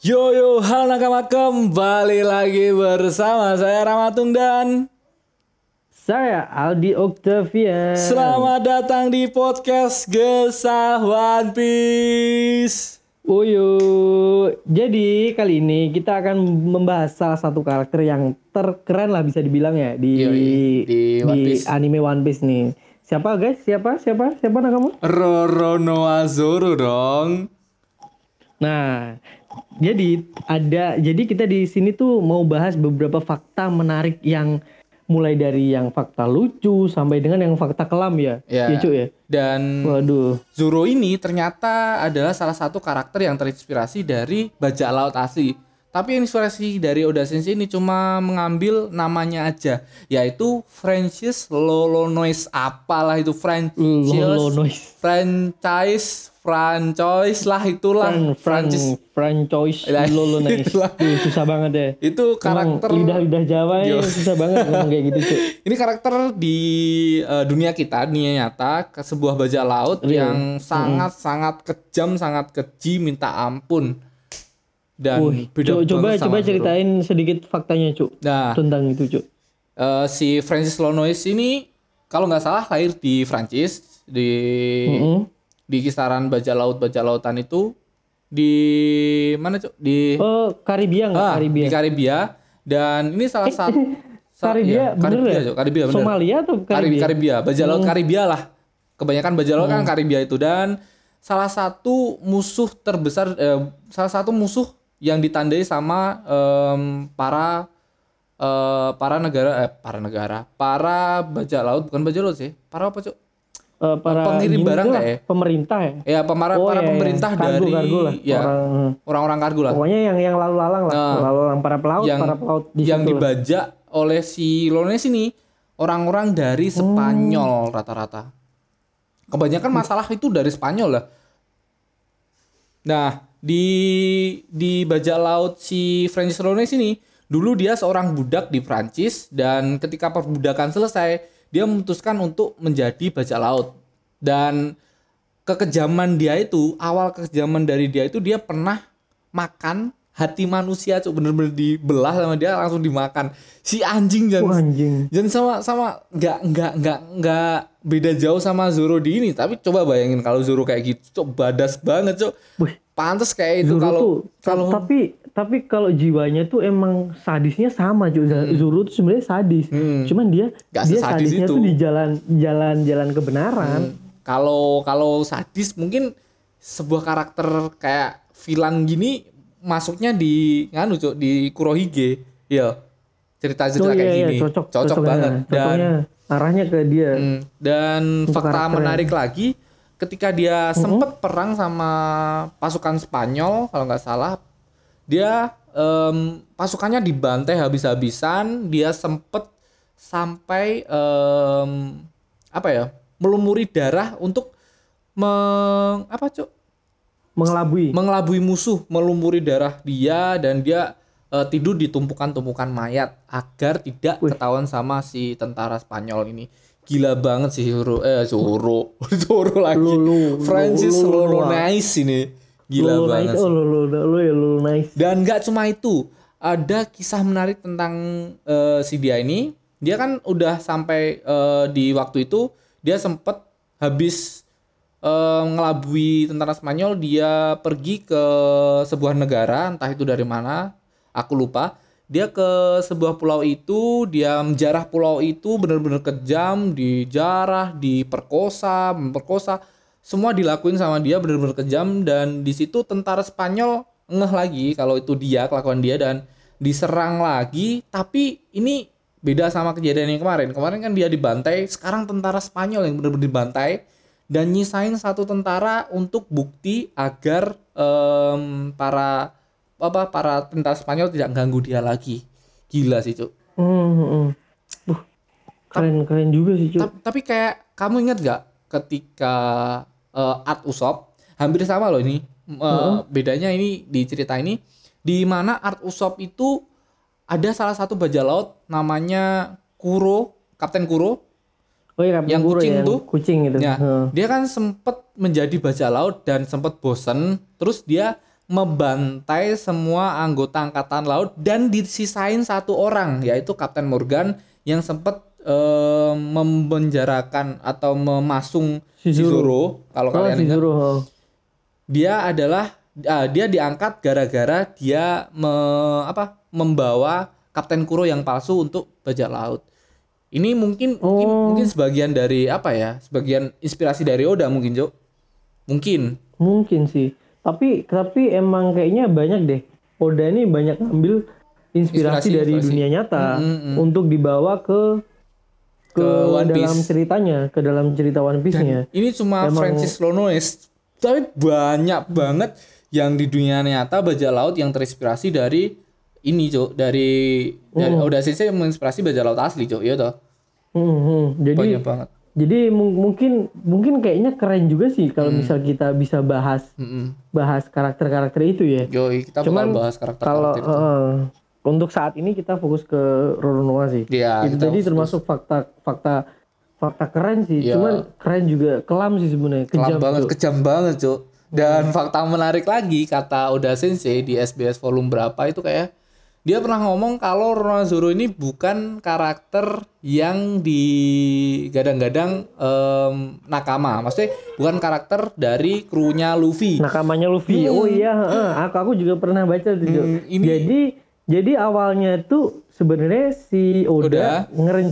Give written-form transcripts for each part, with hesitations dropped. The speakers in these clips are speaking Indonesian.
Yo yo, halo nakama, kembali lagi bersama saya Ramatung dan Saya Aldi Octavian. selamat datang di podcast Gesah One Piece. Uyu. Jadi kali ini kita akan membahas salah satu karakter yang terkeren lah bisa dibilang ya di Di One Piece. anime One Piece nih. Siapa guys? Siapa namamu? Roronoa Zoro dong. Nah, jadi kita di sini tuh mau bahas beberapa fakta menarik yang mulai dari yang fakta lucu sampai dengan yang fakta kelam ya. Ya. Iya, Cuk ya. Dan Waduh. Zoro ini ternyata adalah salah satu karakter yang terinspirasi dari bajak laut asli. Tapi inspirasi dari Oda Sensei ini cuma mengambil namanya aja, yaitu Francis Lolonois, apalah itu franchise lah itulah. Franchise Lah, Lolonois. itulah. Susah banget deh. Itu karakter Lidah Jawa ya Yo. susah banget ngomong kayak gitu, Cuk. ini karakter di dunia nyata ke sebuah bajak laut Real. yang sangat kejam, sangat keji, minta ampun. Dan beda Coba banget sama Zoro. ceritain sedikit faktanya, Cuk. Nah, Tentang itu, Cuk. si Francis Lolonois ini kalau nggak salah lahir di Prancis di kisaran bajak lautan itu di mana, Cuk? Di Karibia nggak? Karibia. di Karibia. Dan ini salah satu Karibia, bener ya? Cuk, Karibia bener. Somalia atau Karibia? Karibia, bajak laut Karibia lah. Kebanyakan bajak laut kan Karibia itu. Dan salah satu musuh terbesar, salah satu musuh yang ditandai sama para bajak laut, bukan bajak laut sih, para apa, Cuk? Para pengirim gini barang tuh nggak lah, ya? pemerintah ya? Ya, para pemerintah Kargo lah. orang-orang kargo lah. Pokoknya yang lalu lalang lah, lalu lalang para pelaut di yang situ lah. dibajak oleh si Lolonois ini orang-orang dari Spanyol rata-rata. Kebanyakan masalah itu dari Spanyol lah. Nah, di bajak laut si Francis Lolonois ini dulu dia seorang budak di Prancis, dan ketika perbudakan selesai dia memutuskan untuk menjadi bajak laut. Dan awal kekejaman dari dia itu dia pernah makan hati manusia, Cuk. Bener-bener dibelah sama dia, langsung dimakan. Si anjing dan sama nggak beda jauh sama Zoro di ini. Tapi coba bayangin kalau Zoro kayak gitu, Cuk, badas banget, Cuk. Pantes kayak itu kalau tapi kalau jiwanya tuh emang sadisnya sama, juga. Zoro tuh sebenarnya sadis. Cuman dia sadisnya itu. tuh di jalan kebenaran. Kalau sadis mungkin sebuah karakter kayak villain gini masuknya di Cuk, di Kurohige. Iya. Cerita kayak gini. Cocok banget. Dan arahnya ke dia. Dan fakta menarik lagi, ketika dia sempat perang sama pasukan Spanyol kalau nggak salah, dia pasukannya dibantai habis-habisan. Dia sempat sampai melumuri darah untuk mengelabui musuh, melumuri darah dia, dan dia tidur di tumpukan-tumpukan mayat agar tidak ketahuan sama si tentara Spanyol ini. Gila banget sih Zoro lagi. Francis Lolonois ini gila banget sih. Dan nggak cuma itu, ada kisah menarik tentang si dia ini. Dia kan udah sampai di waktu itu dia sempat habis ngelabui tentara Spanyol. Dia pergi ke sebuah negara, entah itu dari mana, aku lupa. Dia ke sebuah pulau itu, dia menjarah pulau itu benar-benar kejam, dijarah, memperkosa, semua dilakuin sama dia, benar-benar kejam. Dan di situ tentara Spanyol ngeh lagi kalau itu dia, kelakuan dia, dan diserang lagi. Tapi ini beda sama kejadian yang kemarin. Kemarin kan dia dibantai, sekarang tentara Spanyol yang benar-benar dibantai dan nyisain satu tentara untuk bukti agar para tentara Spanyol tidak ganggu dia lagi. Gila sih, Cuk. Keren juga sih, Cuk. Tapi kayak kamu ingat gak ketika Art Usopp, hampir sama loh ini. Bedanya ini di cerita ini, di mana Art Usopp itu ada salah satu bajak laut namanya Kuro, Kapten Kuro. Oh iya, yang Kuro kucing ya, tuh. Kucing itu. Ya, dia kan sempat menjadi bajak laut dan sempat bosen, terus dia membantai semua anggota angkatan laut dan disisain satu orang, yaitu Kapten Morgan yang sempat memenjarakan atau memasung si Zoro. Kalau kalian ingat, dia adalah dia diangkat gara-gara dia membawa Kapten Kuro yang palsu untuk bajak laut. Ini mungkin sebagian dari sebagian inspirasi dari Oda mungkin, Cok. Mungkin sih. Tapi emang kayaknya banyak deh. Oda ini banyak ambil inspirasi dari dunia nyata untuk dibawa ke dalam ceritanya, ke dalam cerita One Piece-nya. Ini cuma Francis Lonoes, tapi banyak banget yang di dunia nyata bajak laut yang terinspirasi dari ini, Cok. Dari Oda Sensei yang menginspirasi bajak laut asli, Cok. Iya toh. Jadi banyak banget. Jadi mungkin kayaknya keren juga sih kalau misal kita bisa bahas karakter-karakter itu ya. Yoi, kita bakal bahas karakter-karakter itu. Untuk saat ini kita fokus ke Roronoa sih. Ya, itu tadi termasuk fakta keren sih. Ya. Cuman keren juga kelam sih sebenarnya. Kejam banget, Cuk. Dan fakta menarik lagi, kata Oda Sensei di SBS volume berapa itu kayak dia pernah ngomong kalau Roronoa ini bukan karakter yang digadang-gadang nakama. Maksudnya bukan karakter dari krunya Luffy. Nakamanya Luffy. Oh iya, aku juga pernah baca tuh. Jadi awalnya tuh sebenarnya si Oda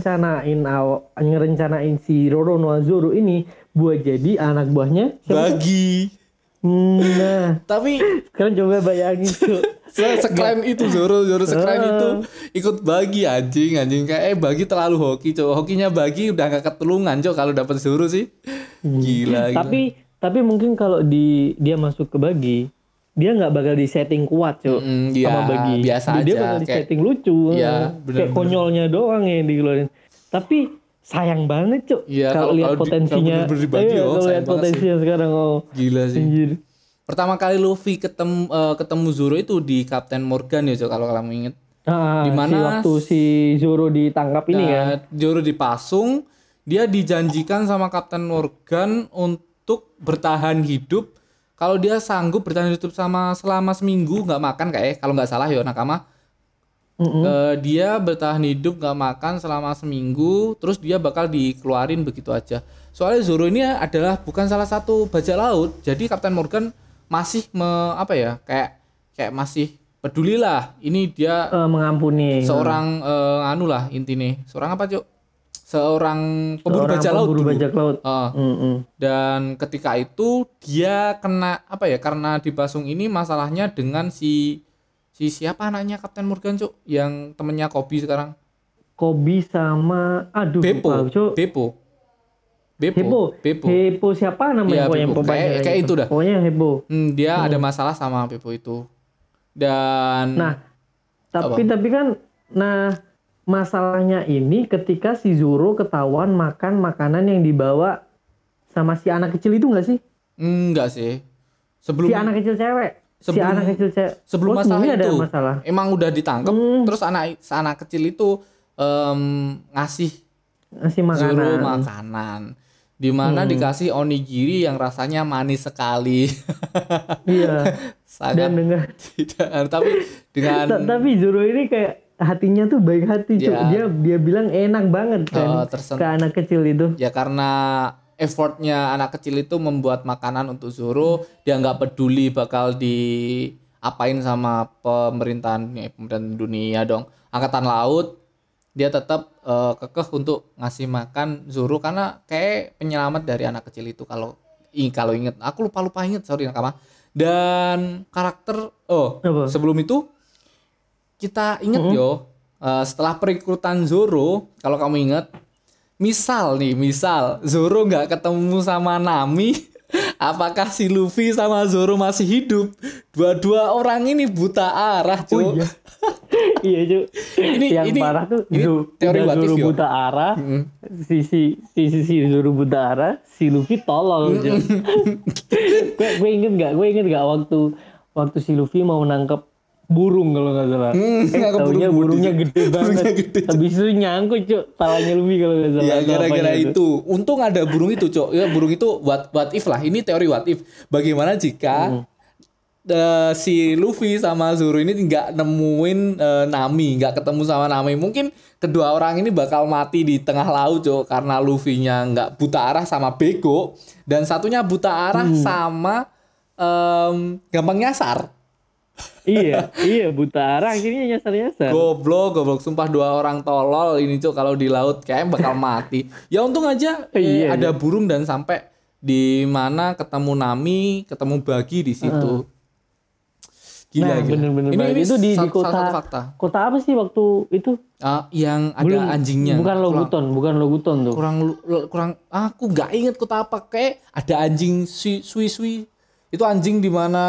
ngerencanain si Roronoa Zoro ini buat jadi anak buahnya Bagi. Nah, tapi sekarang coba bayangin tuh. Sekeren itu Zoro sekeren itu ikut Bagi anjing kayak Bagi terlalu hoki, Cok. Hokinya Bagi udah gak ketulungan, Cok, kalau dapet Zoro sih. Gila. Tapi mungkin kalau dia masuk ke Bagi, dia nggak bakal di setting kuat, Cok. Sama Bagi. Biasa dia aja. bakal di setting lucu. Kayak konyolnya doang yang dikeluarin. Tapi sayang banget, Cok. Kalau lihat potensinya. Kalau lihat potensinya sekarang gila sih. Anjir. Pertama kali Luffy ketemu Zoro itu di Kapten Morgan ya, Cok, kalau kamu inget. Dimana waktu si Zoro ditangkap ini kan. Zoro dipasung, dia dijanjikan sama Kapten Morgan untuk bertahan hidup. Kalau dia sanggup bertahan hidup selama seminggu nggak makan kalau nggak salah ya nakama. Dia bertahan hidup nggak makan selama seminggu, terus dia bakal dikeluarin begitu aja. Soalnya Zoro ini adalah bukan salah satu bajak laut, jadi Kapten Morgan masih kayak masih peduli lah. Ini dia mengampuni seorang intinya seorang apa, Cok? Seorang pemburu bajak laut dulu. Dan ketika itu dia kena karena dipasung ini masalahnya dengan si siapa anaknya Kapten Morgan, Cuk, yang temennya Kobe sekarang. Kobe sama Beppo siapa namanya? Ya, kayak itu dah. Pokoknya Beppo. Dia ada masalah sama Beppo itu. Dan tapi kan masalahnya ini ketika si Zoro ketahuan makan makanan yang dibawa sama si anak kecil itu enggak sih? Enggak sih. Si anak kecil cewek. Sebelum masalah itu ada masalah. Emang udah ditangkap, terus anak kecil itu ngasih makanan. Zoro makanan. Dimana dikasih onigiri yang rasanya manis sekali. Iya. Sangat tapi Zoro ini kayak hatinya tuh baik hati, dia bilang enak banget kan ke anak kecil itu. Ya karena effortnya anak kecil itu membuat makanan untuk Zoro, dia nggak peduli bakal diapain sama pemerintahan dunia dong, angkatan laut, dia tetap kekeh untuk ngasih makan Zoro karena kayak penyelamat dari anak kecil itu. Kalau inget, aku lupa inget, sorry nakama. Dan karakter sebelum itu kita inget setelah perekrutan Zoro, kalau kamu inget, misal Zoro nggak ketemu sama Nami, apakah si Luffy sama Zoro masih hidup? Dua orang ini buta arah, Cuk. Oh, iya. Iya, Cuk. Ini parah tuh teori Zoro buta arah, si Zoro buta arah, si Luffy tolol, Cuk. Gue inget gak waktu si Luffy mau nangkep burung kalau nggak salah. Taunya burungnya gede banget. Habis itu nyangkut, Cuk, palanya Luffy kalau nggak salah. Ya gara-gara itu. Untung ada burung itu, Cuk. Ya burung itu what if lah. Ini teori what if. Bagaimana jika si Luffy sama Zoro ini nggak nemuin Nami, nggak ketemu sama Nami, mungkin kedua orang ini bakal mati di tengah laut, Cok, karena Luffy-nya nggak buta arah sama bego, dan satunya buta arah sama gampang nyasar. Iya buta arah akhirnya nyasar. Goblok sumpah, dua orang tolol ini, Cok, kalau di laut kayaknya bakal mati. Ya untung aja ada burung dan sampai di mana ketemu Nami, ketemu Bagi di situ. Gila. Bener-bener. Ini itu di kota fakta. Kota apa sih waktu itu? Yang ada anjingnya. Bukan Loguton tuh. Kurang aku nggak inget kota apa, kayak ada anjing Sui. Itu anjing di mana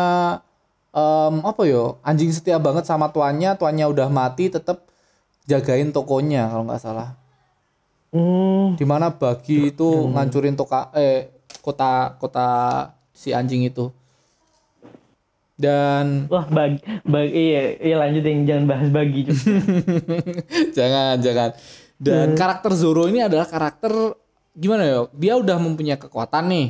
anjing setia banget sama tuannya udah mati tetap jagain tokonya kalau nggak salah. Di mana Bagi itu ngancurin kota si anjing itu. Dan bagi iya lanjut, yang jangan bahas Bagi. jangan. Dan karakter Zoro ini adalah karakter gimana ya? Dia udah mempunyai kekuatan nih.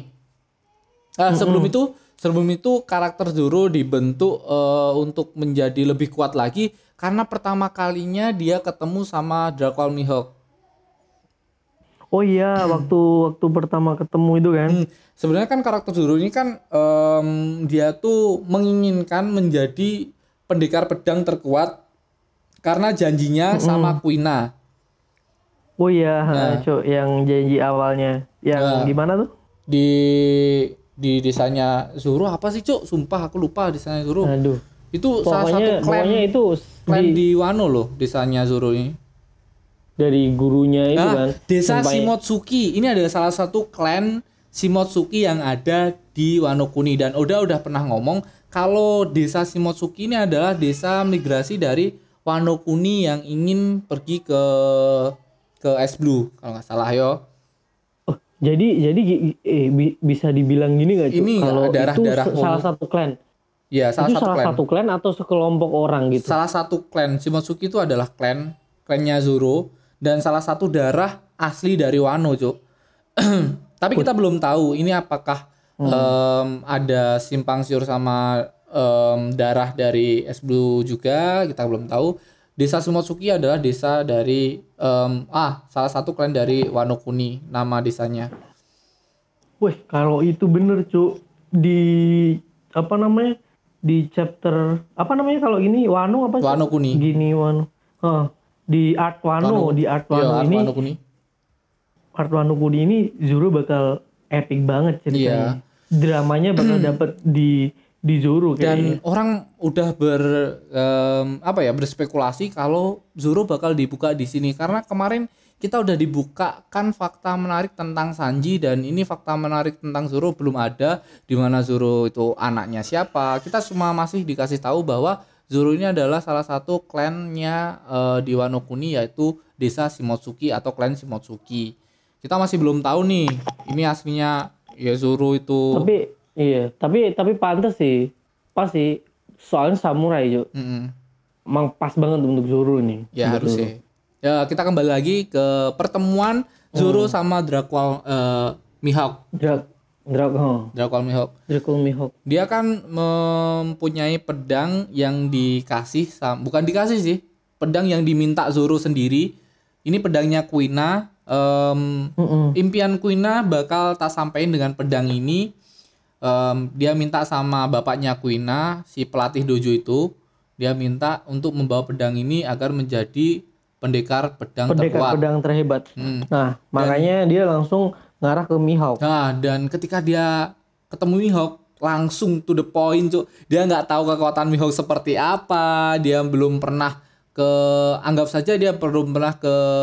Sebelum itu karakter Zoro dibentuk untuk menjadi lebih kuat lagi karena pertama kalinya dia ketemu sama Dracul Mihawk. Oh iya, waktu pertama ketemu itu kan. Sebenarnya kan karakter Zoro ini kan dia tuh menginginkan menjadi pendekar pedang terkuat karena janjinya sama Kuina. Oh iya, Cok, yang janji awalnya. Yang di mana tuh? Di desanya Zoro apa sih, Cok? Sumpah aku lupa desanya Zoro. Aduh. Itu salah satu klan di Wano loh, desanya Zoro ini. Dari gurunya itu kan. Desa Shimotsuki. Ini adalah salah satu klan Shimotsuki yang ada di Wano Kuni, dan Oda udah pernah ngomong kalau desa Shimotsuki ini adalah desa migrasi dari Wano Kuni yang ingin pergi ke Es Blue kalau nggak salah yo. Oh, jadi bisa dibilang gini nggak, Cuk? Kalau itu salah satu klan. Iya, salah satu klan atau sekelompok orang gitu. Salah satu klan. Shimotsuki itu adalah klannya Zoro dan salah satu darah asli dari Wano, Cuk. Tapi kita belum tahu ini apakah ada simpang siur sama darah dari Es Blue juga, kita belum tahu. Desa Shimotsuki adalah desa dari salah satu klan dari Wano Kuni, nama desanya. Wih, kalau itu bener, Cuk, di di chapter kalau ini Wano apa sih? Wano Kuni. Gini Wano. Di Art Wano ini. Art Wano Kuni ini Zoro bakal epic banget ceritanya. Iya. Dramanya bakal dapet di Zoro kayaknya. Dan orang udah berspekulasi kalau Zoro bakal dibuka di sini karena kemarin kita udah dibukakan fakta menarik tentang Sanji, dan ini fakta menarik tentang Zoro belum ada, di mana Zoro itu anaknya siapa. Kita cuma masih dikasih tahu bahwa Zoro ini adalah salah satu klannya di Wano Kuni, yaitu desa Shimotsuki atau klan Shimotsuki. Kita masih belum tahu nih ini aslinya ya Zoro itu. Tapi pantas sih. Pas sih. Soalnya samurai, Cuk. Emang pas banget untuk Zoro nih. Ya harus sih. Ya, kita kembali lagi ke pertemuan Zoro sama Dracul Mihawk. Dracul Mihawk. Dia kan mempunyai pedang yang bukan dikasih sih. Pedang yang diminta Zoro sendiri. Ini pedangnya Kuina. Impian Kuina bakal tak sampein dengan pedang ini. Dia minta sama bapaknya Kuina, si pelatih dojo itu. Dia minta untuk membawa pedang ini agar menjadi pendekar pedang terkuat. Pedang terhebat. Nah, makanya dia langsung ngarah ke Mihawk. Nah, dan ketika dia ketemu Mihawk, langsung to the point, Cuk. Dia nggak tahu kekuatan Mihawk seperti apa. Dia belum pernah anggap saja dia belum pernah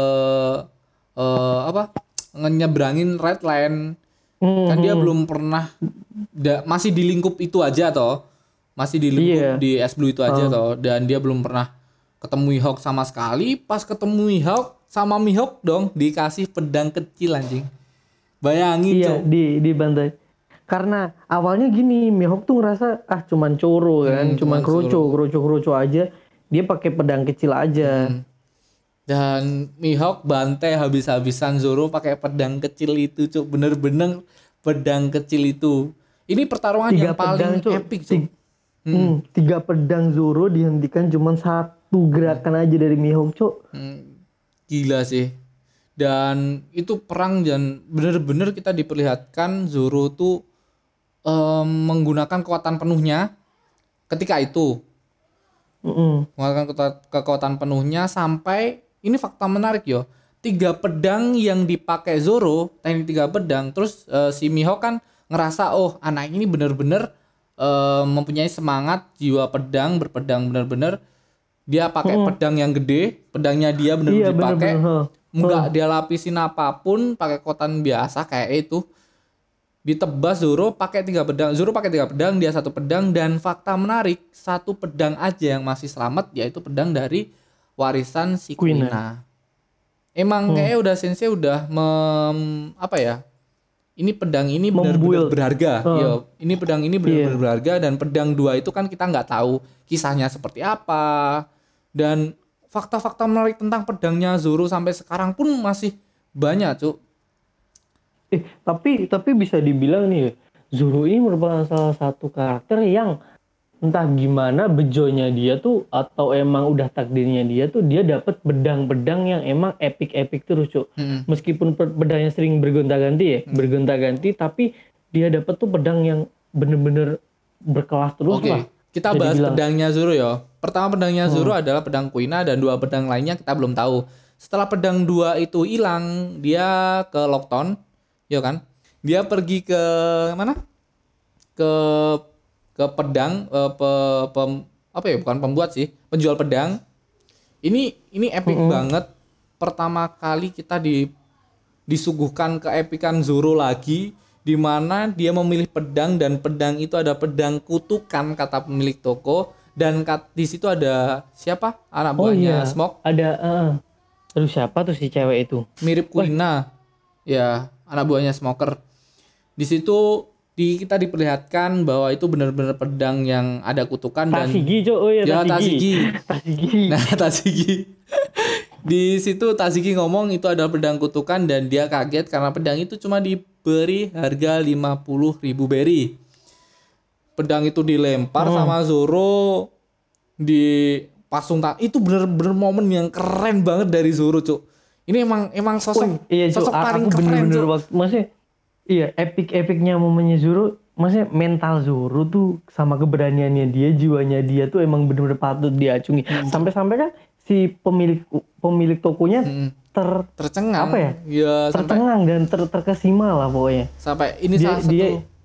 nyebrangin red line. Kan dia belum pernah, masih di lingkup itu aja toh. Masih di lingkup di Es Blue itu aja toh. Dan dia belum pernah ketemu Mihawk sama sekali. Pas ketemu Mihawk sama Mihawk dong dikasih pedang kecil, anjing. Bayangin, Cok. Dibantai. Karena awalnya gini, Mihawk tuh ngerasa cuman coro kan, cuman kroco aja. Dia pakai pedang kecil aja. Dan Mihawk bantai habis-habisan Zoro pakai pedang kecil itu, Cok. Bener-bener pedang kecil itu. Ini pertarungan yang paling epic, Cok. 3 pedang Zoro dihentikan cuman 1 gerakan aja dari Mihawk, Cok. Gila sih. Dan itu perang dan bener-bener kita diperlihatkan Zoro tuh menggunakan kekuatan penuhnya ketika itu. Menggunakan kekuatan penuhnya sampai, ini fakta menarik yo. 3 pedang yang dipakai Zoro, teknik 3 pedang, terus si Mihawk kan ngerasa anak ini bener-bener mempunyai semangat jiwa pedang, berpedang bener-bener. Dia pakai pedang yang gede, pedangnya dia bener-bener dipakai. Enggak dia lapisin apapun, pakai kekuatan biasa kayak itu. Ditebas Zoro pakai 3 pedang. Zoro pakai 3 pedang, dia 1 pedang, dan fakta menarik, 1 pedang aja yang masih selamat, yaitu pedang dari warisan si Kuina. Emang kayaknya udah sensei udah ini pedang ini benar-benar berharga. Yo, ini pedang ini benar-benar berharga, dan pedang 2 itu kan kita nggak tahu kisahnya seperti apa. Dan fakta-fakta menarik tentang pedangnya Zoro sampai sekarang pun masih banyak, Cuk. Tapi bisa dibilang nih, Zoro ini merupakan salah satu karakter yang entah gimana bejonya dia tuh, atau emang udah takdirnya dia tuh, dia dapat pedang-pedang yang emang epic terus, Cuk. Meskipun pedangnya sering bergonta-ganti, tapi dia dapat tuh pedang yang bener-bener berkelas terus lah. Kita bahas pedangnya Zoro ya. Pertama pedangnya Zoro adalah pedang Kuina, dan 2 pedang lainnya kita belum tahu. Setelah pedang 2 itu hilang, dia ke Lockton, ya kan? Dia pergi ke mana? Ke pedang, bukan pembuat sih, penjual pedang. Ini epic banget. Pertama kali kita disuguhkan keepikan Zoro lagi, di mana dia memilih pedang, dan pedang itu ada pedang kutukan kata pemilik toko, dan di situ ada siapa? Anak buahnya Smoke. Ada terus siapa tuh si cewek itu? Mirip Kuina. Ya, anak buahnya Smoker. Di situ kita diperlihatkan bahwa itu benar-benar pedang yang ada kutukan. Tashigi, dan Tashigi. Nah, Tashigi. Di situ Tashigi ngomong itu adalah pedang kutukan, dan dia kaget karena pedang itu cuma diberi harga 50.000 berry. Pedang itu dilempar sama Zoro, dipasung tangan. Itu benar-benar momen yang keren banget dari Zoro, Cuk. Ini emang sosok paling keren, Cuk. Maksudnya iya, epic-epicnya momennya Zoro, maksudnya mental Zoro tuh sama keberaniannya dia, jiwanya dia tuh emang bener-bener patut diacungi. Sampai-sampai kan si pemilik tokonya tercengang. Apa ya? Ya, tercengang dan terkesima lah pokoknya. Sampai ini salah satu.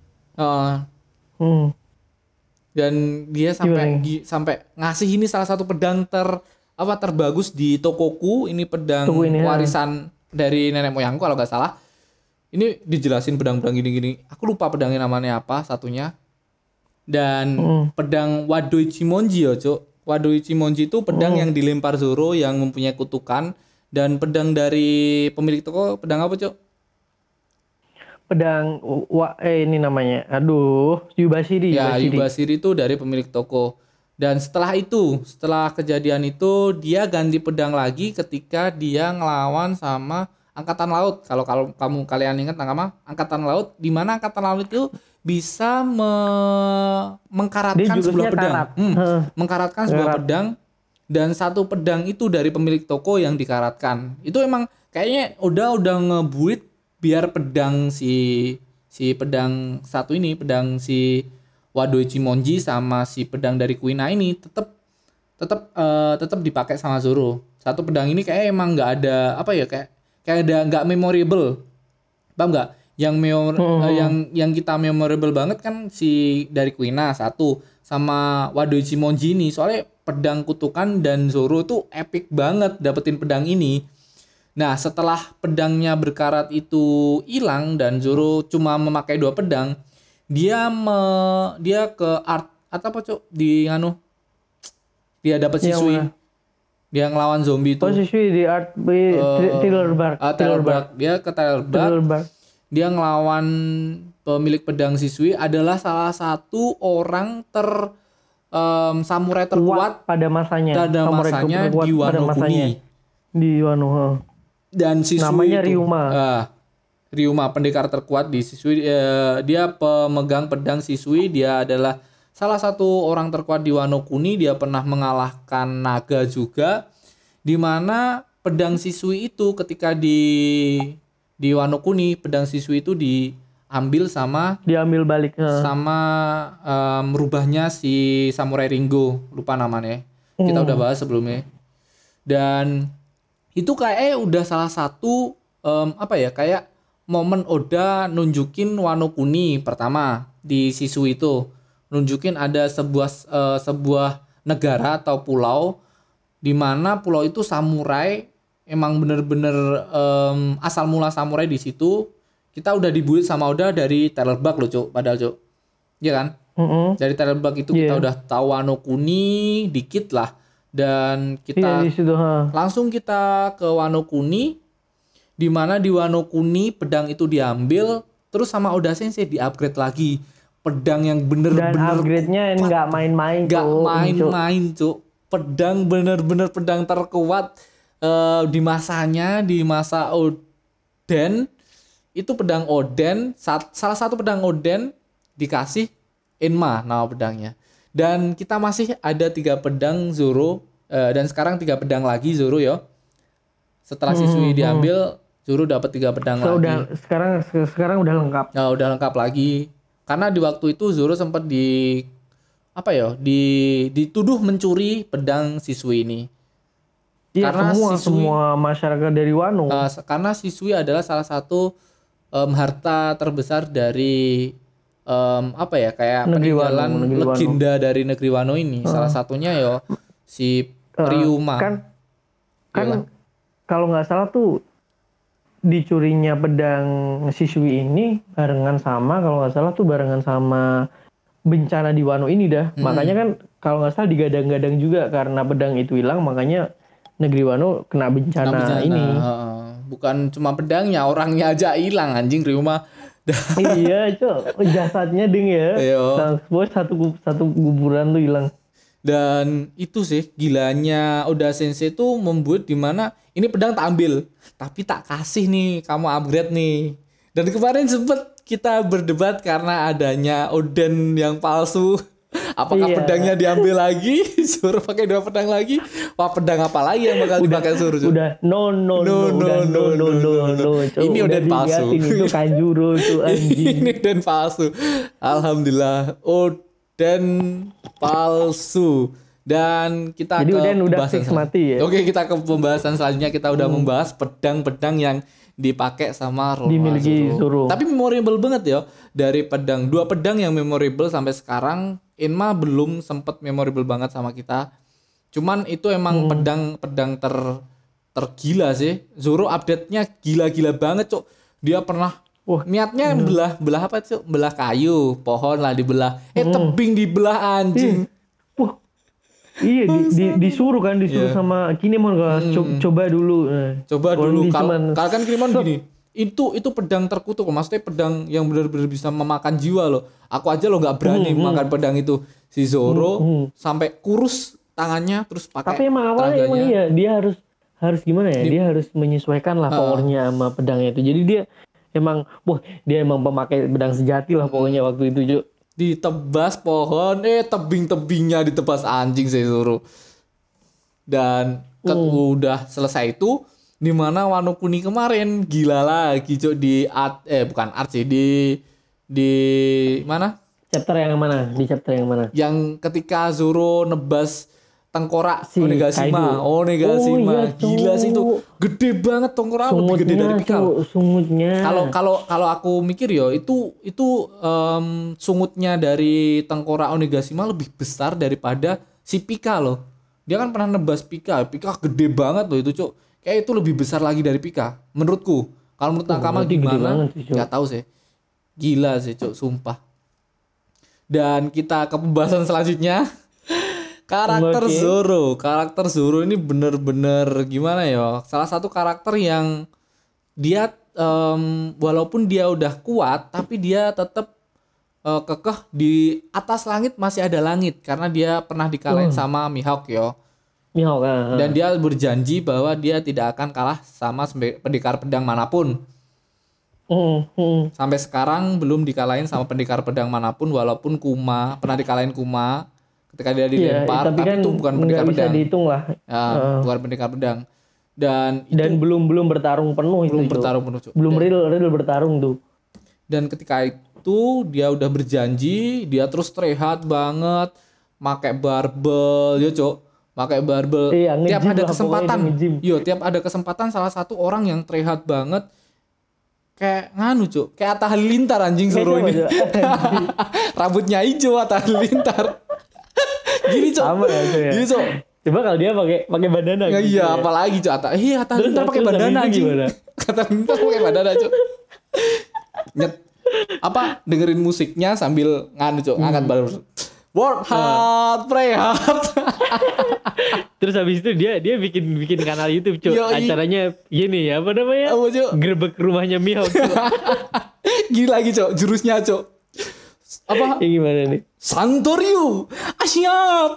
Dan dia sampai ngasih ini salah satu pedang terbagus di tokoku. Ini pedang warisan dari nenek moyangku kalau nggak salah. Ini dijelasin pedang-pedang gini-gini. Aku lupa pedangnya namanya apa satunya. Dan pedang Wado Ichimonji ya, Cuk. Wado Ichimonji itu pedang yang dilempar Zoro yang mempunyai kutukan. Dan pedang dari pemilik toko, pedang apa, Cuk? Pedang ini namanya. Yubashiri. Ya, Yubashiri itu dari pemilik toko. Dan setelah kejadian itu, dia ganti pedang lagi ketika dia ngelawan sama Angkatan Laut. Kalau kalian ingat nama Angkatan Laut, di mana Angkatan Laut itu bisa mengkaratkan sebuah pedang. Mengkaratkan sebuah pedang, dan 1 pedang itu dari pemilik toko yang dikaratkan. Itu emang kayaknya udah ngebuit biar pedang si pedang satu ini, pedang si Wado Ichimonji sama si pedang dari Kuina ini tetap dipakai sama Zoro. 1 pedang ini kayak emang nggak ada kayak ada nggak memorable, paham nggak? Yang kita memorable banget kan si dari Kuina 1 sama Wado Ichimonji ini, soalnya pedang kutukan, dan Zoro tuh epic banget dapetin pedang ini. Nah, setelah pedangnya berkarat itu hilang dan Zoro cuma memakai 2 pedang, dia ke art atau apa, Cuk? Dia dapat siswi. Dia ngelawan zombie itu. Siswi di art Thriller Bark. Dia ke Thriller Bark. Dia ngelawan pemilik pedang siswi, adalah salah satu orang samurai terkuat pada masanya di Wano Kuni. Di Wano. Dan siswi namanya itu, Ryuma. Ryuma, pendekar terkuat di siswi. Dia pemegang pedang siswi. Dia adalah salah satu orang terkuat di Wano Kuni, dia pernah mengalahkan naga juga, di mana pedang Shisui itu ketika di Wano Kuni, pedang Shisui itu diambil balik sama merubahnya si Samurai Ringo, lupa namanya. Kita udah bahas sebelumnya. Dan itu kayak udah salah satu kayak momen Oda nunjukin Wano Kuni pertama di Shisui itu, nunjukin ada sebuah negara atau pulau di mana pulau itu samurai, emang bener-bener asal mula samurai di situ. Kita udah dibuat sama Oda dari Trailer Bug loh, Cuk, padahal, Cuk. Iya kan? Dari Trailer Bug itu kita udah tahu Wano Kuni dikit lah. Dan kita langsung kita ke Wano Kuni, di mana di Wano Kuni pedang itu diambil, terus sama Oda Sensei di-upgrade lagi. Pedang yang bener-bener, dan upgrade-nya nggak main-main, nggak main-main, Cuk. Pedang bener-bener pedang terkuat di masanya, di masa Oden. Itu pedang Oden, salah satu pedang Oden dikasih Enma nama pedangnya. Dan kita masih ada 3 pedang Zoro, dan sekarang 3 pedang lagi Zoro ya. Setelah Shisui diambil, Zoro dapat 3 pedang lagi. Sekarang udah lengkap. Nah, udah lengkap lagi. Karena di waktu itu Zoro sempat dituduh mencuri pedang Shisui ini. Iya, karena semua masyarakat dari Wano. Karena Shisui adalah salah satu harta terbesar dari kayak peninggalan legenda dari negeri Wano ini. Salah satunya si Ryuma. Kan kalau nggak salah tuh dicurinya pedang Shisui ini barengan sama bencana di Wano ini dah. Makanya kan kalau nggak salah digadang-gadang juga karena pedang itu hilang, makanya negeri Wano kena bencana ini. Bukan cuma pedangnya, orangnya aja hilang, anjing. Ryuma. Iya, Cok. Jasadnya ya. Satu kuburan tuh hilang. Dan itu sih gilanya Oda Sensei tuh membuat dimana ini pedang tak ambil, tapi tak kasih nih, kamu upgrade nih. Dan kemarin sempet kita berdebat karena adanya Oden yang palsu. Apakah pedangnya diambil lagi? Suruh pakai 2 pedang lagi. Wah, pedang apa lagi yang bakal dipakai Suruh? Udah no. Ini Oden palsu. Itu Kanjuro tuh anjing. Ini Oden palsu. Alhamdulillah Oden palsu. Dan kita jadi Oden udah fix mati ya. Oke, kita ke pembahasan selanjutnya. Kita udah membahas pedang-pedang yang dipakai sama dimiliki Zoro. Tapi memorable banget ya. Dari 2 pedang yang memorable sampai sekarang, Enma belum sempet memorable banget sama kita. Cuman itu emang pedang tergila sih. Zoro update-nya gila-gila banget, Cok. Dia pernah niatnya belah apa, Cok? Belah kayu, pohon lah dibelah. Tebing dibelah, anjing. Iya, disuruh sama Kinemon coba dulu. Coba dulu. Kalau kan Kinemon gini, itu pedang terkutuk, maksudnya pedang yang benar-benar bisa memakan jiwa loh. Aku aja lo nggak berani makan pedang itu. Si Zoro sampai kurus tangannya, terus pakai. Tapi emang awalnya dia harus gimana ya? Dia harus menyesuaikan lah powernya sama pedangnya itu. Jadi dia emang pemakai pedang sejati lah pokoknya waktu itu, Cuk. Ditebas pohon, tebing-tebingnya ditebas, anjing sih Zoro. Dan udah selesai itu, di mana Wano Kuni kemarin gila lagi, Cuk, bukan art sih, di mana? Chapter yang mana? Di chapter yang mana? Yang ketika Zoro nebas tengkorak Onigashima. Iya, gila sih itu. Gede banget tengkorak, lebih gede dari pikal. Sungutnya. Kalau aku mikir itu sungutnya dari tengkorak Onigashima lebih besar daripada si Pika loh. Dia kan pernah nebas Pika. Pika gede banget loh itu, Cuk. Kayak itu lebih besar lagi dari Pika menurutku. Kalau menurut Nakama gimana? Enggak tahu sih. Gila sih, Cuk, sumpah. Dan kita ke pembahasan selanjutnya. Karakter Zoro ini bener-bener gimana ya? Salah satu karakter yang dia walaupun dia udah kuat, tapi dia tetap kekeh di atas langit, masih ada langit karena dia pernah dikalahin sama Mihawk ya. Dan dia berjanji bahwa dia tidak akan kalah sama pendekar pedang manapun. Sampai sekarang belum dikalahin sama pendekar pedang manapun, walaupun Kuma pernah dikalahin Kuma ketika dia dilempar, tapi kan itu bukan pendekar pedang. Bisa dihitung lah. Bukan pendekar pedang. Dan belum bertarung penuh belum itu. Bertarung penuh, Cuk. Belum real bertarung tuh. Dan ketika itu dia udah berjanji, dia terus terlihat banget pakai barbel, ya, Cuk. Pakai barbel. Tiap ada kesempatan. Tiap ada kesempatan salah satu orang yang terlihat banget kayak nganu, Cuk. Kayak Atta Halilintar anjing suruh ini. Rambutnya hijau Atta Halilintar. Gini, Cuk. Sama ya, Cuk. Gini, Cuk. Coba kalau dia pakai bandana gitu. Iya, apalagi, Cuk. Atta Halilintar pakai bandana anjing. Atta Halilintar pakai bandana, Cuk. Dengerin musiknya sambil nganu, Cuk. Angkat barbel. Work hard, pray hard. Terus habis itu dia bikin kanal YouTube, Cuk. Acaranya gini, apa namanya? Gerbek rumahnya Miao, Cuk. Gila lagi, Cuk. Jurusnya, Cuk. Apa? Ya, gimana nih? Santoryu. Siap.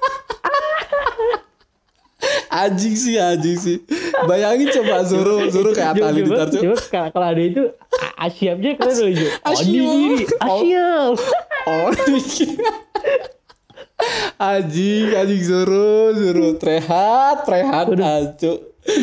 Anjing sih. Bayangin coba Zoro kayak Atta Halilintar, Cuk. Coba kalau ada itu siapnya keren loh, Cuk. Siap. Anjing Zoro trehat aco.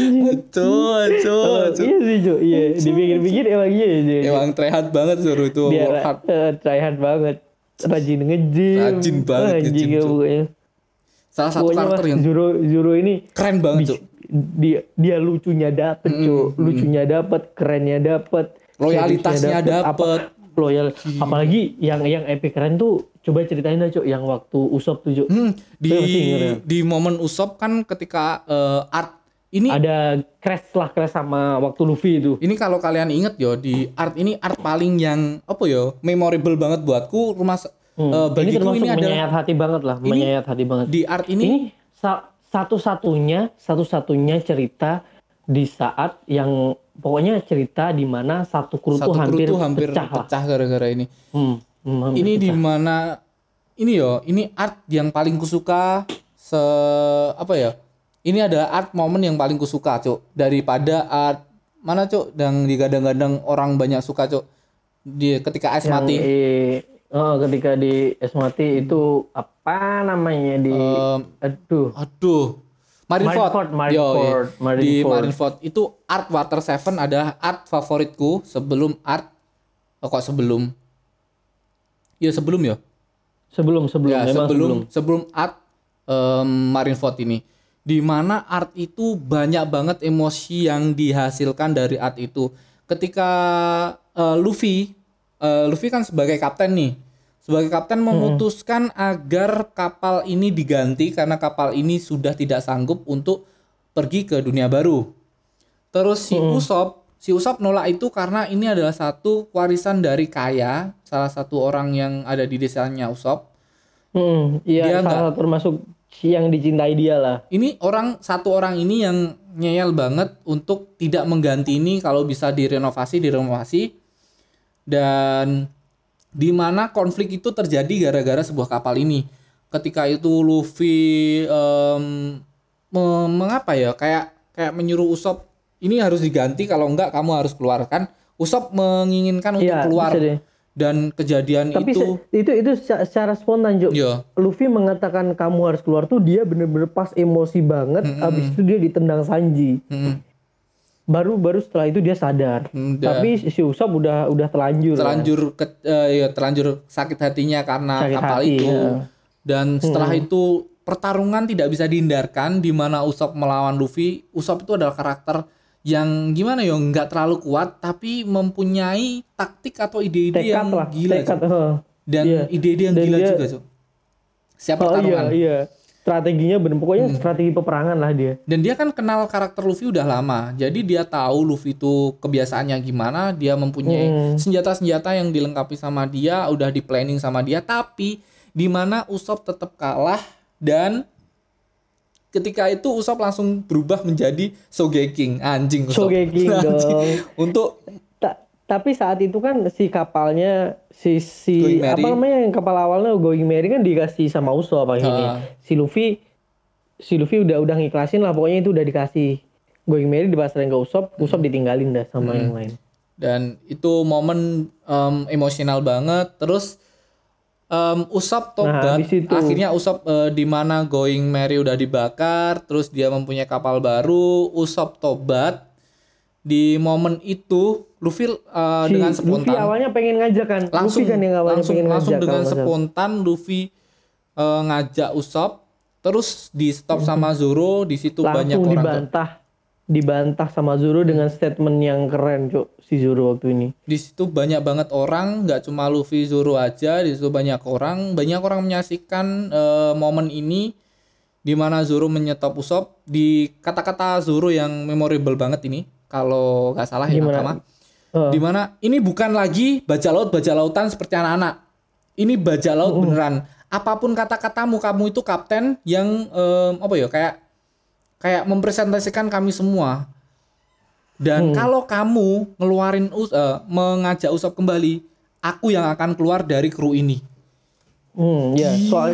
Iya sih, Cuk. Iya, dipikir-pikir emang iya. Emang trehat banget Zoro itu. Dia trehat banget. Rajin nge-gym. Rajin banget nge-gym, pokoknya. Salah satu karakter yang Zoro ini keren banget, Cuk. Dia lucunya dapet, Cuk. Lucunya dapet, kerennya dapet, loyalitasnya dapet. Loyal. Apalagi yang epic keren tuh, coba ceritain aja, Cuk, yang waktu Usopp tuh, Cuk. Di momen Usopp kan ketika art ini ada crash sama waktu Luffy itu. Ini kalau kalian inget di art ini art paling yang memorable banget buatku. Bagiku ini menyayat hati banget lah, menyayat hati banget. Di art ini satu-satunya cerita di saat yang pokoknya cerita di mana satu kru tuh hampir pecah gara-gara ini. Ini di mana ini art yang paling kusuka ini adalah art momen yang paling kusuka, Cuk. Daripada art mana, Cuk, yang digadang-gadang orang banyak suka, Cuk. Ketika es mati. Ketika di es mati itu apa namanya Marineford. Di Marineford itu art Water 7 adalah art favoritku sebelum art sebelum art Marineford ini. Di mana art itu banyak banget emosi yang dihasilkan dari art itu. Ketika Luffy kan sebagai kapten nih. Sebagai kapten memutuskan agar kapal ini diganti karena kapal ini sudah tidak sanggup untuk pergi ke dunia baru. Terus si Usopp nolak itu karena ini adalah satu warisan dari Kaya, salah satu orang yang ada di desanya Usopp. Iya, salah satu termasuk yang dicintai dia lah. Ini satu orang ini yang ngeyel banget untuk tidak mengganti ini, kalau bisa direnovasi. Dan di mana konflik itu terjadi gara-gara sebuah kapal ini. Ketika itu Luffy kayak menyuruh Usopp, ini harus diganti, kalau enggak kamu harus keluarkan. Usopp menginginkan untuk keluar. Dan kejadian tapi itu secara spontan, Cuk. Luffy mengatakan kamu harus keluar tuh dia bener-bener pas emosi banget. Abis itu dia ditendang Sanji. Baru setelah itu dia sadar. Tapi si Usopp udah terlanjur sakit hatinya karena kapal itu. Dan setelah itu pertarungan tidak bisa dihindarkan, di mana Usopp melawan Luffy. Usopp itu adalah karakter yang nggak terlalu kuat tapi mempunyai taktik atau ide-ide yang gila. Dan ide-ide yang gila juga, Cuk. Siap pertarungan. Iya. Strateginya bener, pokoknya strategi peperangan lah dia. Dan dia kan kenal karakter Luffy udah lama. Jadi dia tahu Luffy itu kebiasaannya gimana, dia mempunyai senjata-senjata yang dilengkapi sama dia, udah di planning sama dia, tapi di mana Usopp tetap kalah. Dan ketika itu Usopp langsung berubah menjadi Sogeking, anjing Usopp. Sogeking dong. Untuk tapi saat itu kan si kapalnya si apa namanya yang kapal awalnya Going Merry kan dikasih sama Usopp akhirnya. Si Luffy udah ngiklasin lah, pokoknya itu udah dikasih Going Merry, dipasrahin ke Usopp ditinggalin dah sama yang lain. Dan itu momen emosional banget. Terus Usopp tobat. Akhirnya Usopp di mana Going Merry udah dibakar, terus dia mempunyai kapal baru, Usopp tobat. Di momen itu Luffy dengan spontan. Luffy awalnya pengen ngajak kan. Langsung Luffy kan yang awalnya pengen langsung ngajak, dengan spontan Luffy ngajak Usopp, terus di stop sama Zoro. Di situ banyak orang dibantah sama Zoro dengan statement yang keren, Cuk, si Zoro waktu ini. Di situ banyak banget orang, nggak cuma Luffy, Zoro aja. Di situ banyak orang menyaksikan momen ini di mana Zoro menyetop Usopp. Di kata-kata Zoro yang memorable banget ini, kalau nggak salah ya Nakama. Dimana ini bukan lagi bajak lautan seperti anak-anak. Ini bajak laut beneran. Apapun kata-katamu, kamu itu kapten yang kayak mempresentasikan kami semua. Dan kalau kamu ngeluarin mengajak Usopp kembali, aku yang akan keluar dari kru ini. Ya,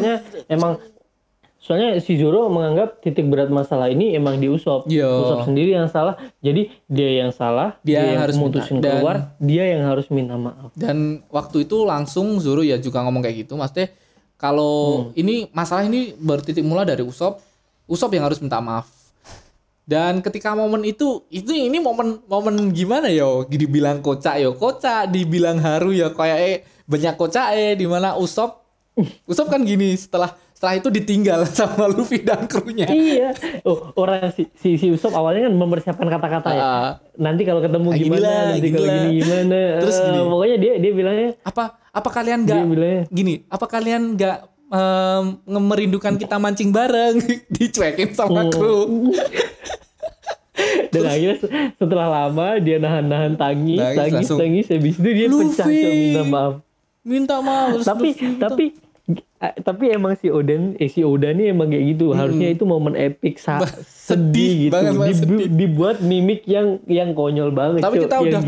soalnya si Zoro menganggap titik berat masalah ini emang di Usopp. Usopp sendiri yang salah. Jadi dia yang salah, dia yang harus mutusin keluar, dia yang harus minta maaf. Dan waktu itu langsung Zoro ya juga ngomong kayak gitu. Maksudnya kalau ini masalah ini bertitik mula dari Usopp yang harus minta maaf. Dan ketika momen ini momen gimana yo? Dibilang kocak, dibilang haru ya kayak banyak kocak di mana Usopp kan gini setelah itu ditinggal sama Luffy dan krunya. Iya. Orang si Usopp awalnya kan mempersiapkan kata-kata ya. Nanti kalau ketemu gimana, nanti kalau gini gimana. Terus pokoknya dia bilangnya apa kalian nggak merindukan kita mancing bareng. Dicuekin sama kru. Dan akhirnya setelah lama dia nahan tangis habis itu dia pecah minta maaf. Tapi emang si Oda nih emang kayak gitu. Harusnya itu momen epic sedih gitu. Dibuat mimik yang konyol banget. Tapi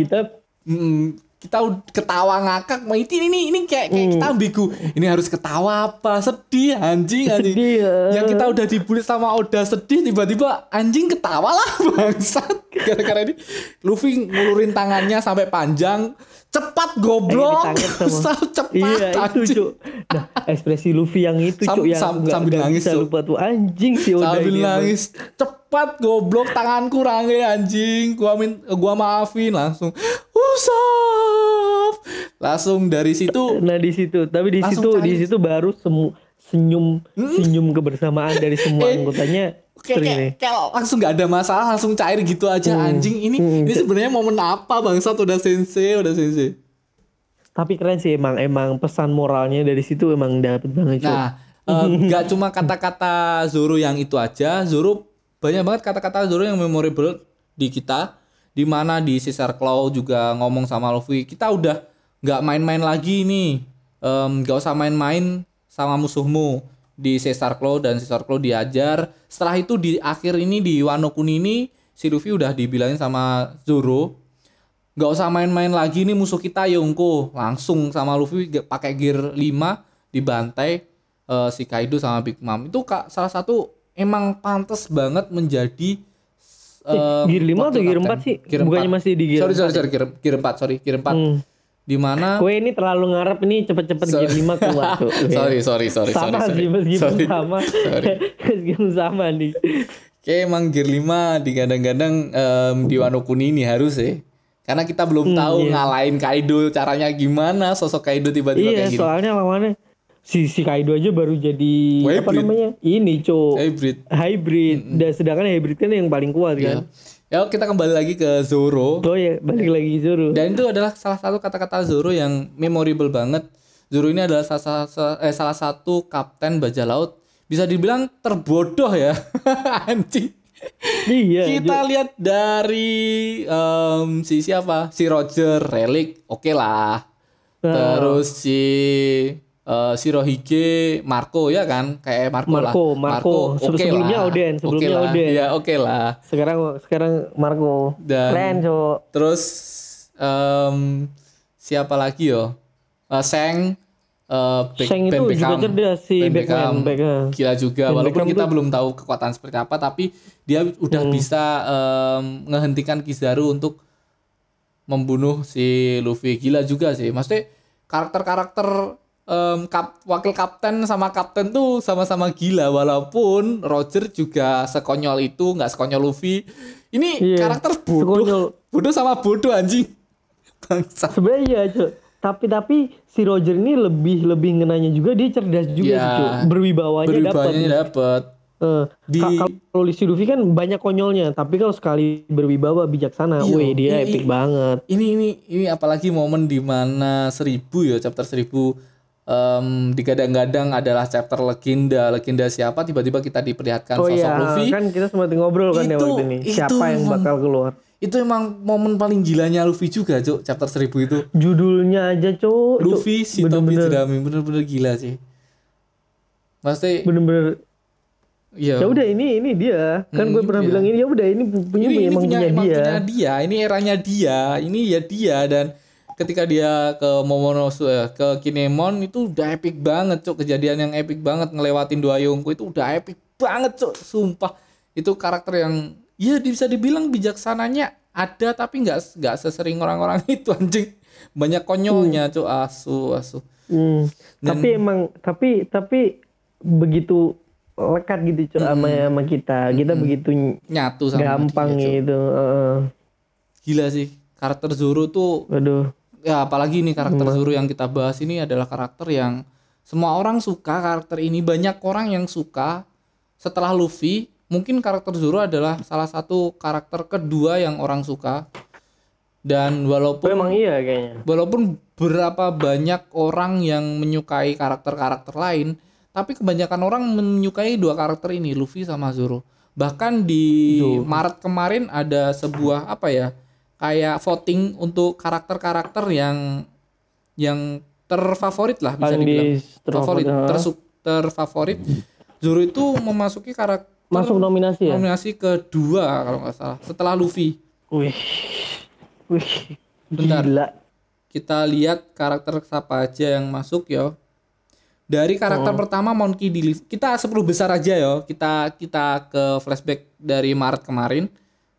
kita ketawa ngakak, ini kayak kita ambigu. Ini harus ketawa apa? Sedih anjing. Yang kita udah dibully sama Oda sedih, tiba-tiba anjing ketawa lah bangsat. Gara-gara ini Luffy ngulurin tangannya sampai panjang. Cepat goblok. Cepat. Iya itu Cuk. Nah ekspresi Luffy yang itu Cuk yang sambil nangis bisa lupa tuh anjing si Oda sambil nangis. Cepat goblok, tanganku range anjing. Gua maafin langsung. Usopp. Langsung dari situ. Nah di situ baru senyum kebersamaan dari semua anggotanya. Kayak langsung nggak ada masalah, langsung cair gitu aja anjing. Ini sebenarnya momen apa bangsat udah sensei. Tapi keren sih emang pesan moralnya dari situ emang dapet banget. Nah nggak cuma kata-kata Zoro yang itu aja. Banyak banget kata-kata Zoro yang memorable di kita. Dimana di Caesar Claw juga ngomong sama Luffy, kita udah nggak main-main lagi nih, nggak usah main-main sama musuhmu. Di Caesar Claw dan Caesar Claw diajar. Setelah itu di akhir ini di Wano Kuni ini si Luffy udah dibilangin sama Zoro, nggak usah main-main lagi nih musuh kita Yonko. Langsung sama Luffy pakai gear 5 dibantai si Kaido sama Big Mom. Itu salah satu emang pantas banget menjadi gear 5 atau gear 4 sih? Bukannya masih di gear 4? Sorry, gear 4. Di mana gue ini terlalu ngarep ini cepet-cepet gear 5 keluar tuh. sorry. Meskipun sama nih. Kayak emang gear 5 digadang-gadang di Wano Kuni ini harus ya. Karena kita belum tahu ngalahin Kaido caranya gimana, sosok Kaido tiba-tiba kayak gini. Iya, soalnya lawannya si Kaido aja baru jadi hybrid. Apa namanya? Ini, Cok. Hybrid. Dan sedangkan hybrid kan yang paling kuat kan. Ya, kita kembali lagi ke Zoro. Oh ya, balik lagi ke Zoro. Dan itu adalah salah satu kata-kata Zoro yang memorable banget. Zoro ini adalah salah satu kapten bajak laut. Bisa dibilang terbodoh ya. Anjing. Iya. Kita lihat dari si Roger, Relic, oke lah. Terus Shirohige, Marco ya kan, kayak Marco. Sebelumnya Oden. Ya oke lah. Sekarang Marco. Keren Cok. Terus siapa lagi yo? Seng itu juga cerdas si Beckham. Gila juga. Walaupun kita belum tahu kekuatan seperti apa, tapi dia udah bisa ngehentikan Kizaru untuk membunuh si Luffy. Gila juga sih. Maksudnya karakter-karakter wakil kapten sama kapten tuh sama-sama gila, walaupun Roger juga sekonyol itu, nggak sekonyol Luffy. Ini karakter bodoh. Bodoh sama bodoh anjing. Bangsa. Sebenarnya iya, Cuk. Tapi si Roger ini lebih ngenanya juga, dia cerdas juga sih, Cuk. Berwibawanya dapat. Kalau si Luffy kan banyak konyolnya, tapi kalau sekali berwibawa bijaksana, dia epic banget. Ini apalagi momen di mana 1000 ya, chapter 1000 digadang-gadang adalah chapter legenda siapa, tiba-tiba kita diperlihatkan sosok Luffy. Kan kita sempat ngobrol kan ya waktu ini, siapa yang bakal keluar. Itu emang momen paling gilanya Luffy juga, Cuk, chapter 1000 itu. Judulnya aja, Cuk. Luffy si topi jerami, bener-bener gila sih. Pasti bener-bener. Ya udah ini dia. Kan gue pernah bilang ini ya udah ini punya dia. Ini eranya dia. Ini ya dia. Dan ketika dia ke Momonosuke, ke Kinemon itu udah epic banget, Cuk. Kejadian yang epic banget, ngelewatin dua Yonko itu udah epic banget, Cuk. Sumpah. Itu karakter yang ya bisa dibilang bijaksananya ada, tapi nggak sesering orang-orang itu anjing. Banyak konyolnya, Cuk. Asu. Tapi begitu lekat gitu, Cuk, sama kita begitu nyatu sama gampang dia, gitu. Gila sih karakter Zoro tuh. Aduh. Ya apalagi nih karakter Zoro yang kita bahas ini adalah karakter yang semua orang suka. Karakter ini banyak orang yang suka. Setelah Luffy, mungkin karakter Zoro adalah salah satu karakter kedua yang orang suka. Dan walaupun memang iya kayaknya. Walaupun berapa banyak orang yang menyukai karakter-karakter lain, tapi kebanyakan orang menyukai dua karakter ini, Luffy sama Zoro. Bahkan di Maret kemarin ada sebuah kayak voting untuk karakter-karakter yang terfavorit lah, bisa dibilang. Terfavorit. Zoro itu memasuki karakter masuk nominasi ya? Nominasi kedua kalau nggak salah, setelah Luffy. Wih. Bentar. Gila. Kita lihat karakter siapa aja yang masuk ya. Dari karakter pertama Monkey D. Luffy. Kita 10 besar aja ya. Kita ke flashback dari Maret kemarin.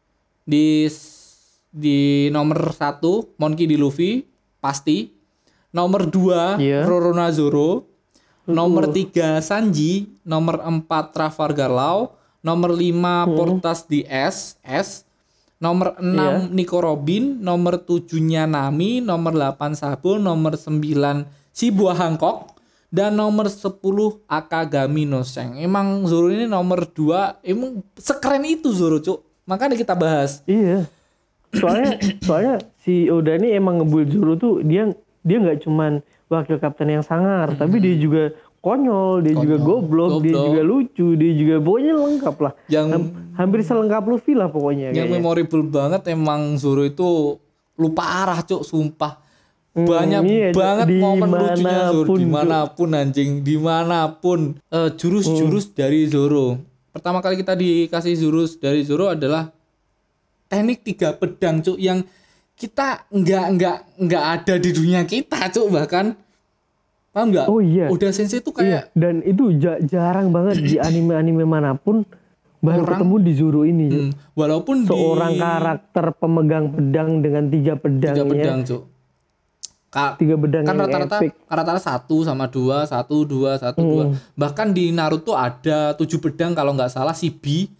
Di nomor 1 Monkey D. Luffy pasti. Nomor 2 Roronoa. Nomor 3 Sanji. Nomor 4 Trafalgar Law. Nomor 5 Portas di S. Nomor 6 Nico Robin. Nomor 7-nya Nami. Nomor 8 Sabo. Nomor 9 si Buah Hancock. Dan nomor 10 Akagami no Seng. Emang Zoro ini nomor 2. Emang sekeren itu Zoro, Cuk. Makanya kita bahas. Iya. Soalnya si Oda ini emang ngebul Zoro tuh, dia nggak cuman wakil kapten yang sangar, tapi dia juga konyol, dia juga goblok, dia juga lucu, dia juga pokoknya lengkap lah. Hampir selengkap Luffy lah pokoknya. Yang memorable banget emang Zoro itu lupa arah, Cuk, sumpah. Banyak banget momen lucunya Zoro dimanapun anjing, dimanapun. Jurus-jurus dari Zoro. Pertama kali kita dikasih jurus dari Zoro adalah teknik 3 pedang, Cuk, yang kita nggak ada di dunia kita, Cuk, bahkan. Paham nggak? Oh iya. Oda Sensei itu kayak dan itu jarang banget di anime-anime manapun baru ketemu di Zoro ini. Walaupun seorang karakter pemegang pedang dengan 3 pedangnya. 3 pedang, Cuk. 3 pedang kan yang epic. Rata-rata 1 sama 2, 1 2 1 2. Bahkan di Naruto ada 7 pedang kalau nggak salah, si B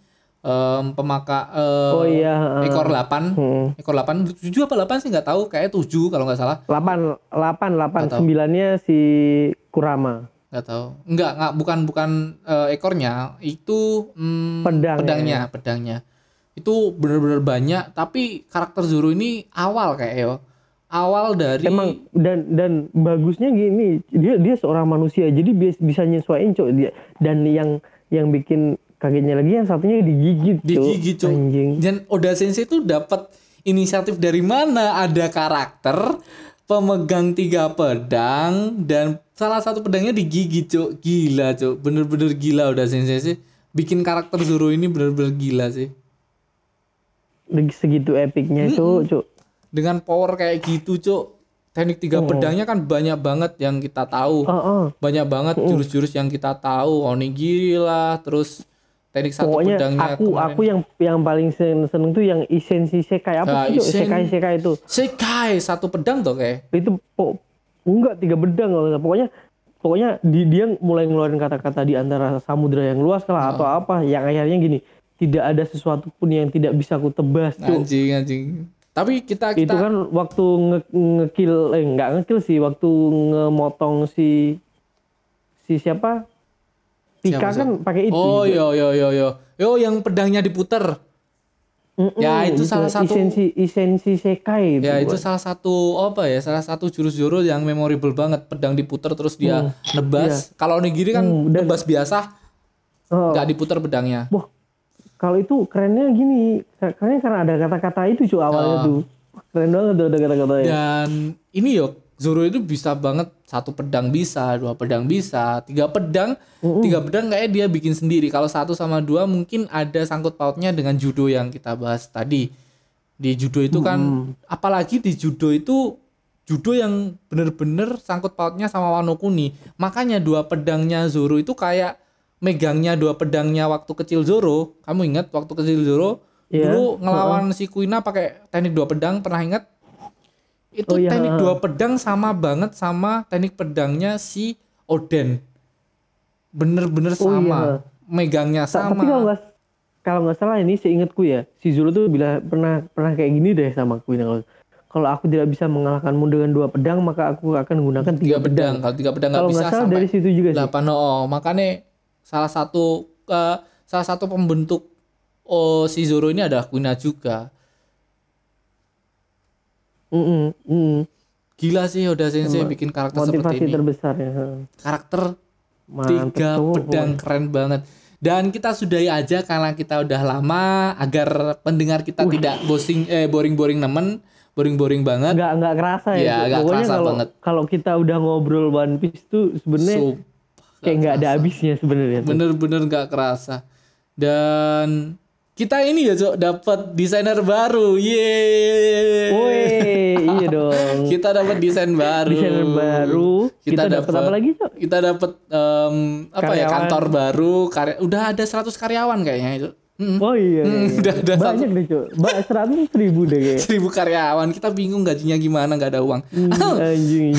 ekor 8. Ekor 8, 7 apa 8 sih nggak tahu, kayak 7 kalau nggak salah. 8 9-nya si Kurama. Nggak tahu. Enggak, bukan ekornya, itu pedangnya. Itu benar-benar banyak, tapi karakter Zoro ini awal dari emang dan bagusnya gini, dia seorang manusia, jadi bisa nyesuaiin, Cok, dia. Dan yang bikin kagetnya lagi yang satunya digigit, Cok. Anjing. Dan Oda Sensei itu dapat inisiatif dari mana? Ada karakter pemegang 3 pedang dan salah satu pedangnya digigit, Cok. Gila, Cok. Bener-bener gila Oda Sensei sih. Bikin karakter Zoro ini bener-bener gila sih. Segitu epicnya, Cok. Dengan power kayak gitu, Cuk. Teknik 3 pedangnya kan banyak banget yang kita tahu. Banyak banget jurus-jurus yang kita tahu. Onigiri lah, terus teknik satu pokoknya pedangnya aku yang paling seneng tuh yang Isenshi Sekai apa sih Sekai itu Sekai satu pedang tuh kayak itu enggak 3 pedang loh. Pokoknya dia mulai ngeluarin kata-kata di antara samudra yang luas lah atau apa yang akhirnya gini, tidak ada sesuatu pun yang tidak bisa aku tebas tuh. Anjing. Tapi kita itu kan waktu ngekill enggak ngekill sih, waktu ngemotong si siapa Pika kan pakai itu. Oh yo yang pedangnya diputer. Ya itu salah satu Isenshi Sekai ya itu salah satu salah satu jurus Zoro yang memorable banget, pedang diputer terus dia nebas. Kalau Onigiri kan nebas biasa nggak diputer pedangnya. Wah, kalau itu kerennya gini, karena ada kata-kata itu cuy awalnya tuh keren banget tuh ada kata-katanya. Dan ini Zoro itu bisa banget, 1 pedang bisa, 2 pedang bisa, 3 pedang. 3 pedang kayaknya dia bikin sendiri. Kalau 1 sama 2 mungkin ada sangkut pautnya dengan judo yang kita bahas tadi. Di judo itu kan, apalagi di judo itu, judo yang bener-bener sangkut pautnya sama Wano Kuni. Makanya 2 pedangnya Zoro itu kayak megangnya 2 pedangnya waktu kecil Zoro. Kamu ingat waktu kecil Zoro? Dulu ngelawan si Kuina pakai teknik 2 pedang, pernah ingat? Itu teknik 2 pedang sama banget sama teknik pedangnya si Oden. Bener-bener sama. Megangnya sama. Tapi kalau nggak salah ini seingatku ya, si Zoro tuh pernah kayak gini deh sama Kuina. Kalau aku tidak bisa mengalahkanmu dengan 2 pedang, maka aku akan menggunakan 3 pedang. Kalau 3 pedang nggak bisa sampai dari situ juga 8. sih. Makanya salah satu pembentuk si Zoro ini adalah Kuina juga. Gila sih Oda Sensei bikin karakter seperti ini. Motivasi terbesar ya. Karakter 3 pedang keren banget. Dan kita sudahi aja karena kita udah lama, agar pendengar kita tidak boring-boring boring-boring banget. Enggak kerasa ya. Pokoknya kalau kita udah ngobrol One Piece tuh sebenarnya kayak enggak ada habisnya sebenarnya. Bener-bener enggak kerasa. Dan kita ini ya dapat desainer baru. Yeay. Woi, iya dong. Kita dapat desainer baru. Kita dapat apa lagi, Cok? Kita dapat kantor baru. Udah ada 100 karyawan kayaknya itu. Oh iya. Udah ada banyak deh, Cok. 100.000 deh kayaknya. 1.000 karyawan. Kita bingung gajinya gimana, enggak ada uang. Anjing.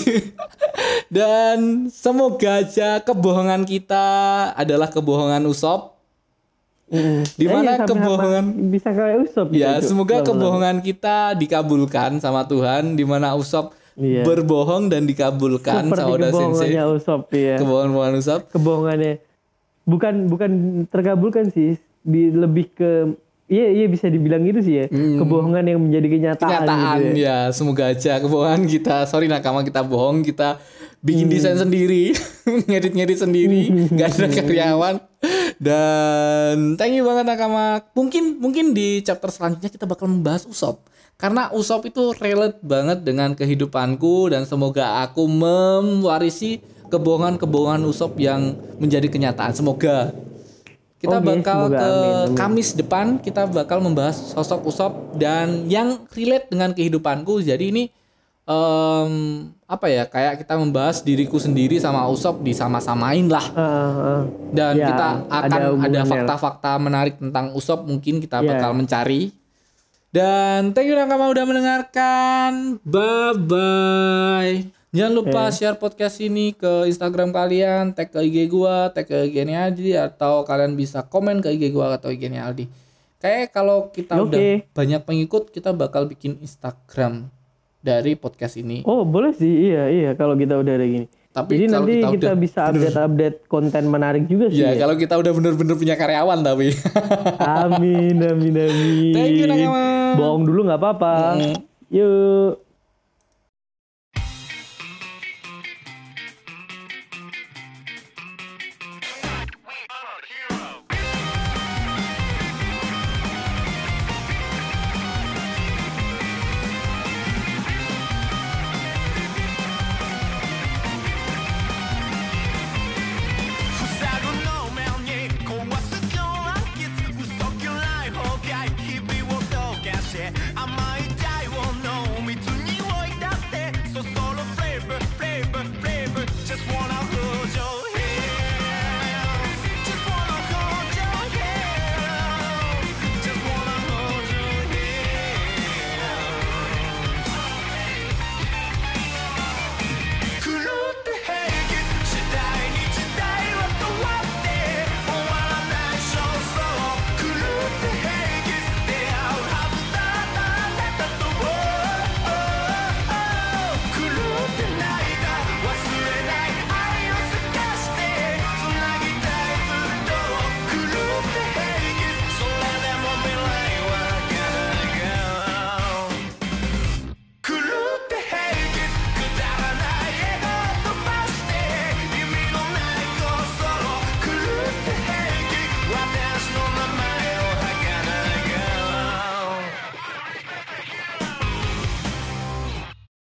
Dan semoga aja kebohongan kita adalah kebohongan Usopp. Di mana kebohongan bisa kayak Usopp ya gitu, semoga kebohongan kita dikabulkan sama Tuhan, di mana Usopp berbohong dan dikabulkan sama Oda Sensei. Usopp ya. Kebohongan Usopp. Kebohongannya bukan terkabulkan sih, lebih ke iya bisa dibilang gitu sih ya. Kebohongan yang menjadi kenyataan gitu ya. Semoga aja kebohongan kita, sorry nakama, kita bohong, kita bikin desain sendiri, ngedit sendiri, nggak ada karyawan. Dan thank you banget nakama. Mungkin di chapter selanjutnya kita bakal membahas Usopp, karena Usopp itu relate banget dengan kehidupanku, dan semoga aku mewarisi kebohongan Usopp yang menjadi kenyataan. Semoga kita bakal Kamis depan kita bakal membahas sosok Usopp dan yang relate dengan kehidupanku. Jadi ini kayak kita membahas diriku sendiri sama Usopp, disama-samain lah. Dan kita akan ada fakta-fakta menarik tentang Usopp, mungkin kita bakal mencari. Dan thank you nakama udah mendengarkan. Bye bye. Jangan lupa share podcast ini ke Instagram kalian, tag ke IG gua, tag ke IG-nya Aldi, atau kalian bisa komen ke IG gua atau IG-nya Aldi. Kayak kalau kita udah banyak pengikut, kita bakal bikin Instagram dari podcast ini. Oh boleh sih, iya kalau kita udah ada gini. Tapi jadi nanti kita bisa update konten menarik juga sih. Ya kalau kita udah bener-bener punya karyawan tapi. Amin. Thank you nakama. Bohong dulu nggak apa-apa. Yuk.